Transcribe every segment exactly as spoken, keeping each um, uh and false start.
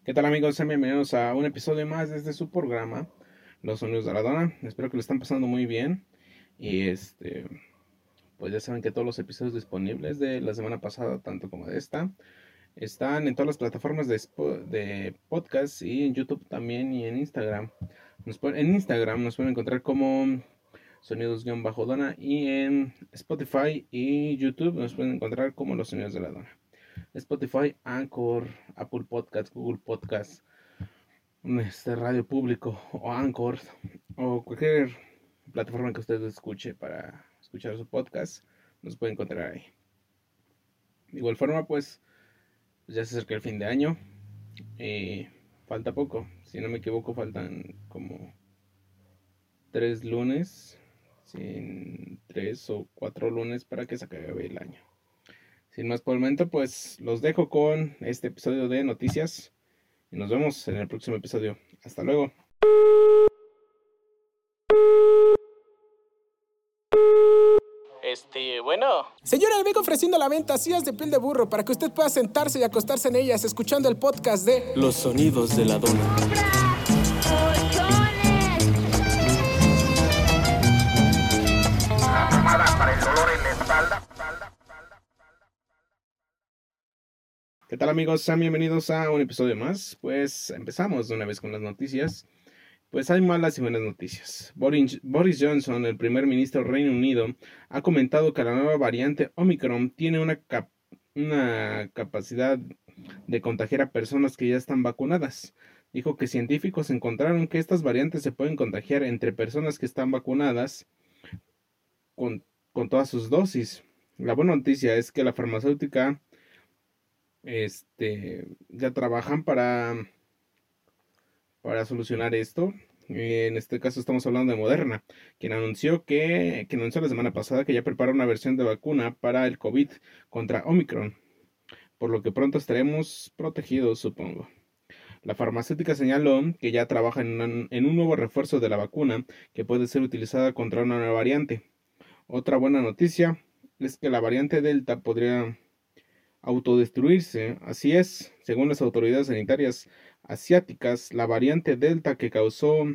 ¿Qué tal, amigos? Sean bienvenidos a un episodio más de este su programa, Los Sonidos de la Dona. Espero que lo están pasando muy bien. Y este, pues ya saben que todos los episodios disponibles de la semana pasada, tanto como de esta, están en todas las plataformas de, spo- de podcast y en YouTube también y en Instagram. Nos pueden- en Instagram nos pueden encontrar como Sonidos-Dona y en Spotify y YouTube nos pueden encontrar como Los Sonidos de la Dona. Spotify, Anchor, Apple Podcast, Google Podcast, este radio público o Anchor o cualquier plataforma que usted escuche para escuchar su podcast, nos puede encontrar ahí. De igual forma, pues, pues ya se acerca el fin de año y falta poco. Si no me equivoco, faltan como tres lunes, sin tres o cuatro lunes para que se acabe el año. Sin más por el momento, pues los dejo con este episodio de noticias y nos vemos en el próximo episodio. Hasta luego. Este, bueno. Señora, le vengo ofreciendo a la venta sillas de piel de burro para que usted pueda sentarse y acostarse en ellas escuchando el podcast de Los Sonidos de la Dona. Para el dolor en la espalda. ¿Qué tal, amigos? Sean bienvenidos a un episodio más. Pues empezamos de una vez con las noticias. Pues hay malas y buenas noticias. Boris, Boris Johnson, el primer ministro del Reino Unido, ha comentado que la nueva variante Omicron tiene una, cap una capacidad de contagiar a personas que ya están vacunadas. Dijo que científicos encontraron que estas variantes se pueden contagiar entre personas que están vacunadas con, con todas sus dosis. La buena noticia es que la farmacéutica este, ya trabajan para, para solucionar esto. En este caso estamos hablando de Moderna, quien anunció que, que anunció la semana pasada que ya prepara una versión de vacuna para el COVID contra Omicron, por lo que pronto estaremos protegidos, supongo. La farmacéutica señaló que ya trabaja en, una, en un nuevo refuerzo de la vacuna que puede ser utilizada contra una nueva variante. Otra buena noticia es que la variante Delta podría autodestruirse. Así es, según las autoridades sanitarias asiáticas, la variante Delta que causó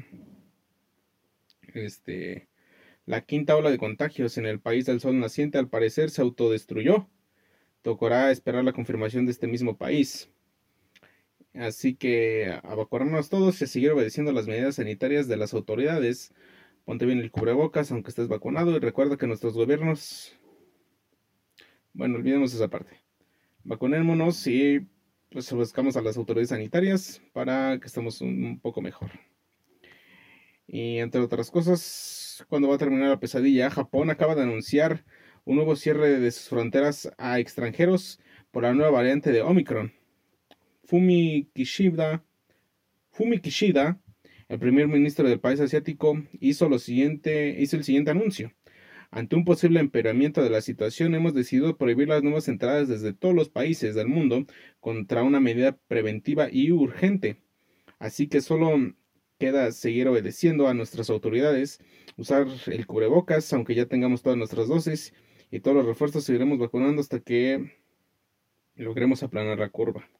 este, la quinta ola de contagios en el país del sol naciente al parecer se autodestruyó. Tocará esperar la confirmación de este mismo país. Así que a vacunarnos todos y a seguir obedeciendo las medidas sanitarias de las autoridades. Ponte bien el cubrebocas aunque estés vacunado y recuerda que nuestros gobiernos... Bueno, olvidemos esa parte. Vacunémonos y pues buscamos a las autoridades sanitarias para que estemos un poco mejor. Y entre otras cosas, ¿cuándo va a terminar la pesadilla? Japón acaba de anunciar un nuevo cierre de sus fronteras a extranjeros por la nueva variante de Omicron. Fumi Kishida, Fumi Kishida, el primer ministro del país asiático, hizo, lo siguiente, hizo el siguiente anuncio. Ante un posible empeoramiento de la situación, hemos decidido prohibir las nuevas entradas desde todos los países del mundo contra una medida preventiva y urgente. Así que solo queda seguir obedeciendo a nuestras autoridades, usar el cubrebocas, aunque ya tengamos todas nuestras dosis, y todos los refuerzos seguiremos vacunando hasta que logremos aplanar la curva.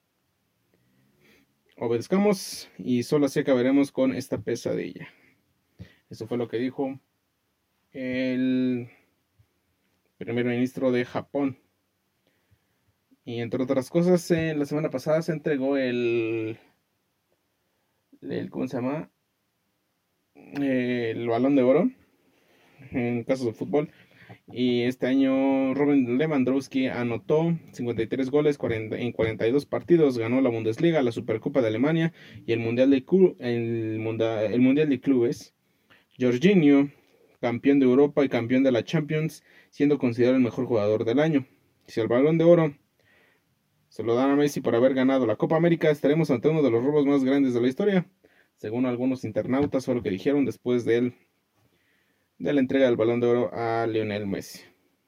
Obedezcamos y solo así acabaremos con esta pesadilla. Eso fue lo que dijo el primer ministro de Japón. Y entre otras cosas, eh, la semana pasada se entregó el, el ¿cómo se llama? Eh, el Balón de Oro en casos de fútbol. Y este año Robert Lewandowski anotó cincuenta y tres goles cuarenta, en cuarenta y dos partidos, ganó la Bundesliga, la Supercopa de Alemania y el Mundial de, el mundial, el mundial de Clubes. Jorginho, campeón de Europa y campeón de la Champions, siendo considerado el mejor jugador del año. Si el Balón de Oro se lo dan a Messi por haber ganado la Copa América, estaremos ante uno de los robos más grandes de la historia, según algunos internautas, fue lo que dijeron después de, él, de la entrega del Balón de Oro a Lionel Messi.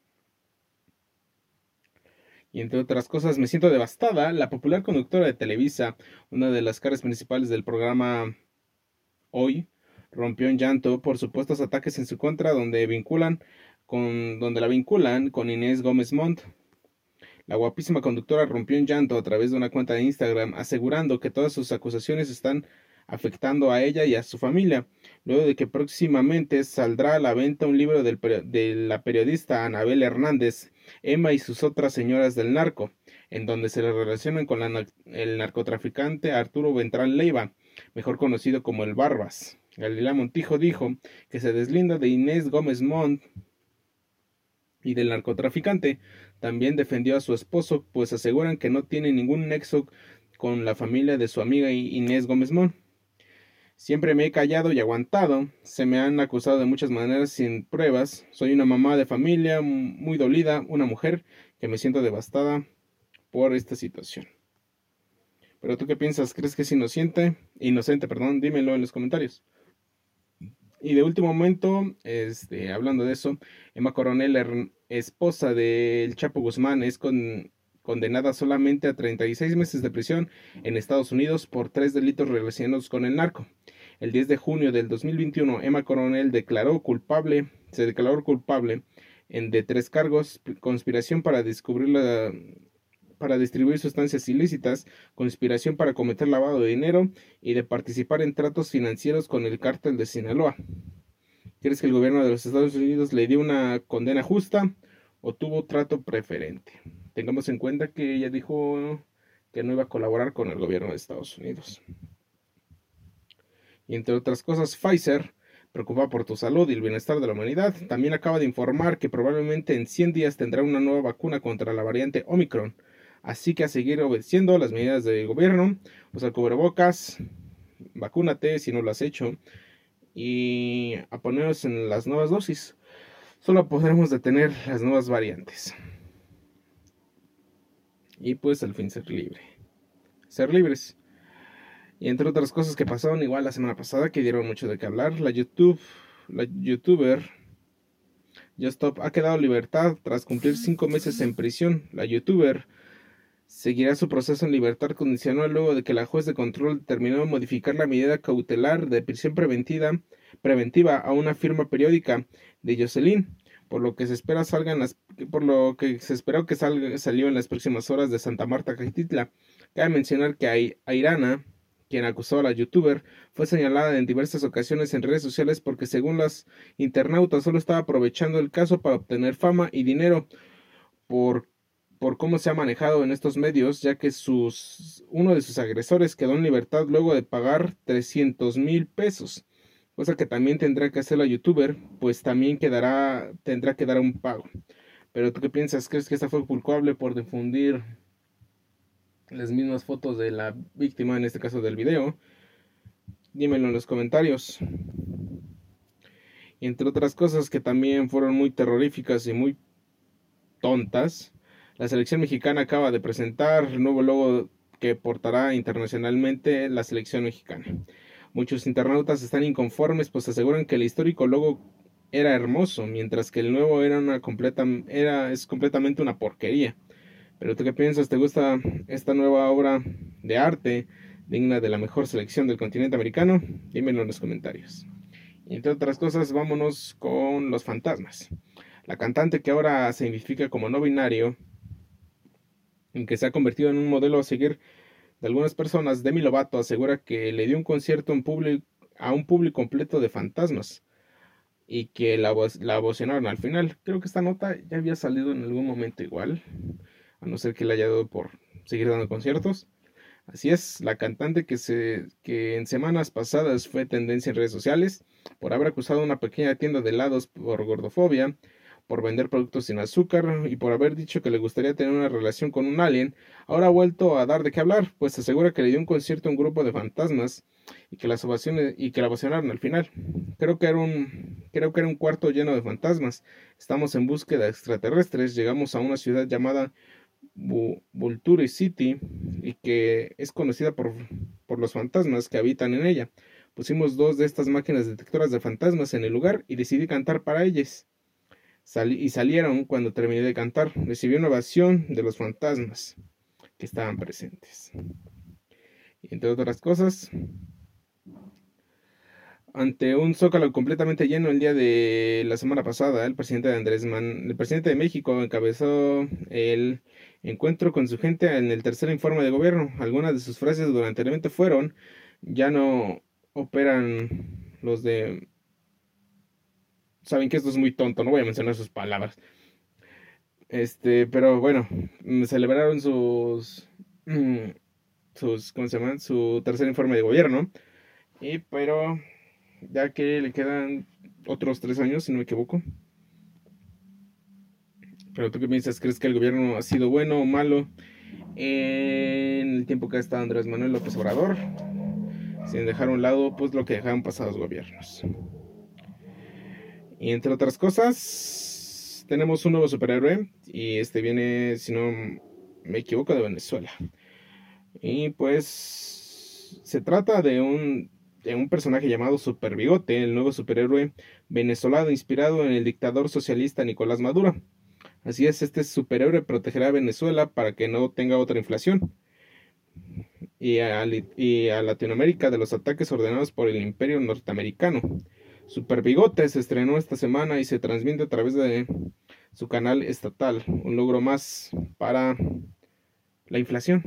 Y entre otras cosas, me siento devastada. La popular conductora de Televisa, una de las caras principales del programa Hoy, rompió en llanto por supuestos ataques en su contra donde vinculan con donde la vinculan con Inés Gómez Montt, La guapísima conductora rompió en llanto a través de una cuenta de Instagram, asegurando que todas sus acusaciones están afectando a ella y a su familia, luego de que próximamente saldrá a la venta un libro del, de la periodista Anabel Hernández, Emma y sus otras señoras del narco, en donde se le relacionan con la, el narcotraficante Arturo Beltrán Leiva, mejor conocido como el Barbas. Galilea Montijo dijo que se deslinda de Inés Gómez Montt y del narcotraficante. También defendió a su esposo, pues aseguran que no tiene ningún nexo con la familia de su amiga Inés Gómez Montt. Siempre me he callado y aguantado. Se me han acusado de muchas maneras sin pruebas. Soy una mamá de familia muy dolida, una mujer que me siento devastada por esta situación. ¿Pero tú qué piensas? ¿Crees que es inocente? Inocente, perdón, dímelo en los comentarios. Y de último momento, este, hablando de eso, Emma Coronel, esposa del Chapo Guzmán, es con, condenada solamente a treinta y seis meses de prisión en Estados Unidos por tres delitos relacionados con el narco. El diez de junio del dos mil veintiuno, Emma Coronel declaró culpable, se declaró culpable en de tres cargos: conspiración para descubrir la, para distribuir sustancias ilícitas, conspiración para cometer lavado de dinero y de participar en tratos financieros con el cártel de Sinaloa. ¿Crees que el gobierno de los Estados Unidos le dio una condena justa o tuvo trato preferente? Tengamos en cuenta que ella dijo que no iba a colaborar con el gobierno de Estados Unidos. Y entre otras cosas, Pfizer, preocupada por tu salud y el bienestar de la humanidad, también acaba de informar que probablemente en cien días tendrá una nueva vacuna contra la variante Omicron. Así que a seguir obedeciendo las medidas del gobierno, usa cubrebocas, vacúnate si no lo has hecho y a ponernos en las nuevas dosis. Solo podremos detener las nuevas variantes. Y pues al fin ser libre. Ser libres. Y entre otras cosas que pasaron igual la semana pasada, que dieron mucho de qué hablar, la YouTube, la youtuber Justop ha quedado en libertad tras cumplir cinco meses en prisión. La youtuber seguirá su proceso en libertad condicional luego de que la juez de control determinó modificar la medida cautelar de prisión preventiva, preventiva a una firma periódica de Jocelyn, por lo que se espera salgan las, por lo que se esperó que salga, salió en las próximas horas de Santa Marta, Catitla. Cabe mencionar que Airana, quien acusó a la youtuber, fue señalada en diversas ocasiones en redes sociales porque, según las internautas, solo estaba aprovechando el caso para obtener fama y dinero por, por cómo se ha manejado en estos medios, ya que sus, uno de sus agresores quedó en libertad luego de pagar trescientos mil pesos, cosa que también tendrá que hacer la youtuber, pues también quedará, tendrá que dar un pago. Pero ¿tú qué piensas? ¿Crees que esta fue culpable por difundir las mismas fotos de la víctima, en este caso del video? Dímelo en los comentarios. Y entre otras cosas que también fueron muy terroríficas y muy tontas, la selección mexicana acaba de presentar el nuevo logo que portará internacionalmente la selección mexicana. Muchos internautas están inconformes, pues aseguran que el histórico logo era hermoso, mientras que el nuevo era una completa, era, es completamente una porquería. ¿Pero tú qué piensas? ¿Te gusta esta nueva obra de arte digna de la mejor selección del continente americano? Dímelo en los comentarios. Y entre otras cosas, vámonos con los fantasmas. La cantante, que ahora se identifica como no binario, en que se ha convertido en un modelo a seguir de algunas personas, Demi Lovato, asegura que le dio un concierto en público, a un público completo de fantasmas y que la, la vocearon al final. Creo que esta nota ya había salido en algún momento igual, a no ser que le haya dado por seguir dando conciertos. Así es, la cantante que, se, que en semanas pasadas fue tendencia en redes sociales por haber acusado a una pequeña tienda de helados por gordofobia, por vender productos sin azúcar y por haber dicho que le gustaría tener una relación con un alien, ahora ha vuelto a dar de qué hablar, pues asegura que le dio un concierto a un grupo de fantasmas y que las ovaciones y que la ovacionaron al final. Creo que era un creo que era un cuarto lleno de fantasmas. Estamos en búsqueda de extraterrestres. Llegamos a una ciudad llamada Vulture City y que es conocida por, por los fantasmas que habitan en ella. Pusimos dos de estas máquinas detectoras de fantasmas en el lugar y decidí cantar para ellas. Sal y salieron cuando terminé de cantar. Recibí una ovación de los fantasmas que estaban presentes. Y entre otras cosas, ante un zócalo completamente lleno el día de la semana pasada, el presidente de Andrés Man, el presidente de México encabezó el encuentro con su gente en el tercer informe de gobierno. Algunas de sus frases durante el evento fueron: ya no operan los de... Saben que esto es muy tonto, no voy a mencionar sus palabras. Este, pero bueno, mm, celebraron sus... mm, sus, ¿cómo se llaman? Su tercer informe de gobierno. Y pero ya que le quedan otros tres años, si no me equivoco. Pero tú qué piensas, ¿crees que el gobierno ha sido bueno o malo en el tiempo que ha estado Andrés Manuel López Obrador? Sin dejar a un lado pues lo que dejaron pasados gobiernos. Y entre otras cosas, tenemos un nuevo superhéroe. Y este viene, si no me equivoco, de Venezuela. Y pues se trata de un, de un personaje llamado Super Bigote, el nuevo superhéroe venezolano inspirado en el dictador socialista Nicolás Maduro. Así es, este superhéroe protegerá a Venezuela para que no tenga otra inflación y a, y a Latinoamérica de los ataques ordenados por el imperio norteamericano. Super Bigote se estrenó esta semana y se transmite a través de su canal estatal, un logro más para la inflación.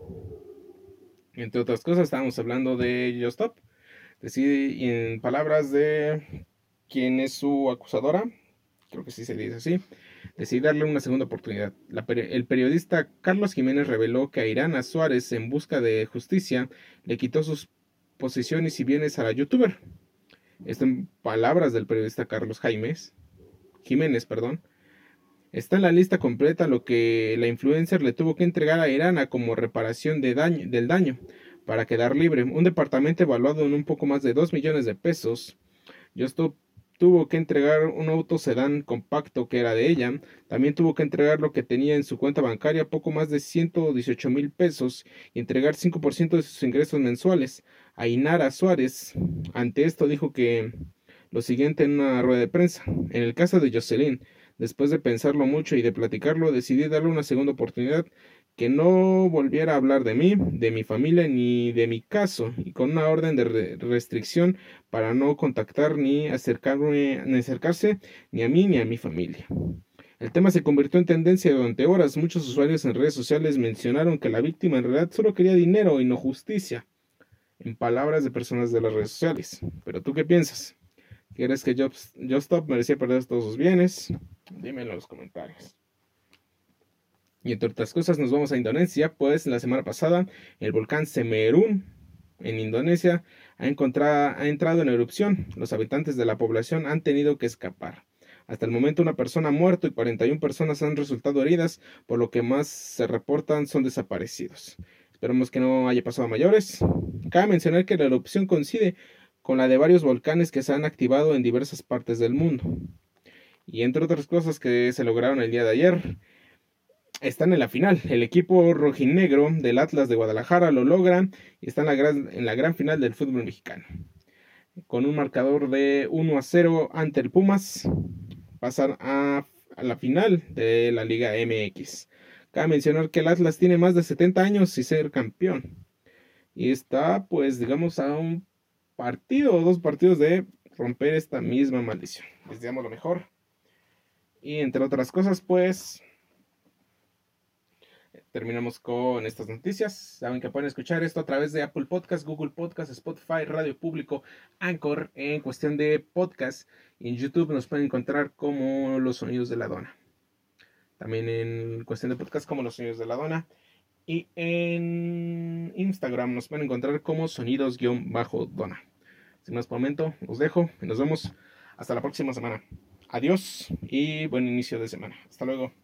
Entre otras cosas, estábamos hablando de Justop. Decide, en palabras de quien es su acusadora, creo que sí se dice así, decidí darle una segunda oportunidad. La, el periodista Carlos Jiménez reveló que a Irana Suárez, en busca de justicia, le quitó sus posesiones y bienes a la youtuber. Esto en palabras del periodista Carlos Jaimes, Jiménez, perdón. Está en la lista completa lo que la influencer le tuvo que entregar a Irana como reparación de daño, del daño para quedar libre. Un departamento evaluado en un poco más de dos millones de pesos. Justo tuvo que entregar un auto sedán compacto que era de ella. También tuvo que entregar lo que tenía en su cuenta bancaria, poco más de ciento dieciocho mil pesos, y entregar cinco por ciento de sus ingresos mensuales. A Inara Suárez, ante esto, dijo que lo siguiente en una rueda de prensa. En el caso de Jocelyn, después de pensarlo mucho y de platicarlo, decidí darle una segunda oportunidad, que no volviera a hablar de mí, de mi familia ni de mi caso, y con una orden de re restricción para no contactar ni acercarme, ni acercarse ni a mí ni a mi familia. El tema se convirtió en tendencia durante horas. Muchos usuarios en redes sociales mencionaron que la víctima en realidad solo quería dinero y no justicia, en palabras de personas de las redes sociales. ¿Pero tú qué piensas? ¿Quieres que Justop merecía perder todos sus bienes? Dímelo en los comentarios. Y entre otras cosas nos vamos a Indonesia, pues la semana pasada el volcán Semeru en Indonesia ha, ha entrado en erupción. Los habitantes de la población han tenido que escapar. Hasta el momento una persona ha muerto y cuarenta y una personas han resultado heridas, por lo que más se reportan son desaparecidos. Esperemos que no haya pasado a mayores. Cabe mencionar que la erupción coincide con la de varios volcanes que se han activado en diversas partes del mundo. Y entre otras cosas que se lograron el día de ayer, están en la final. El equipo rojinegro del Atlas de Guadalajara lo logra y está en la gran, en la gran final del fútbol mexicano. Con un marcador de uno a cero ante el Pumas, pasan a, a la final de la Liga M X. Cabe mencionar que el Atlas tiene más de setenta años y ser campeón. Y está, pues, digamos, a un partido o dos partidos de romper esta misma maldición. Les deseamos lo mejor. Y entre otras cosas, pues, terminamos con estas noticias. Saben que pueden escuchar esto a través de Apple Podcast, Google Podcast, Spotify, Radio Público, Anchor, en cuestión de podcast. Y en YouTube nos pueden encontrar como Los Sonidos de la Dona. También en cuestión de podcast como Los Sonidos de la Dona. Y en Instagram nos pueden encontrar como Sonidos-Dona. Sin más por el momento, los dejo y nos vemos hasta la próxima semana. Adiós y buen inicio de semana. Hasta luego.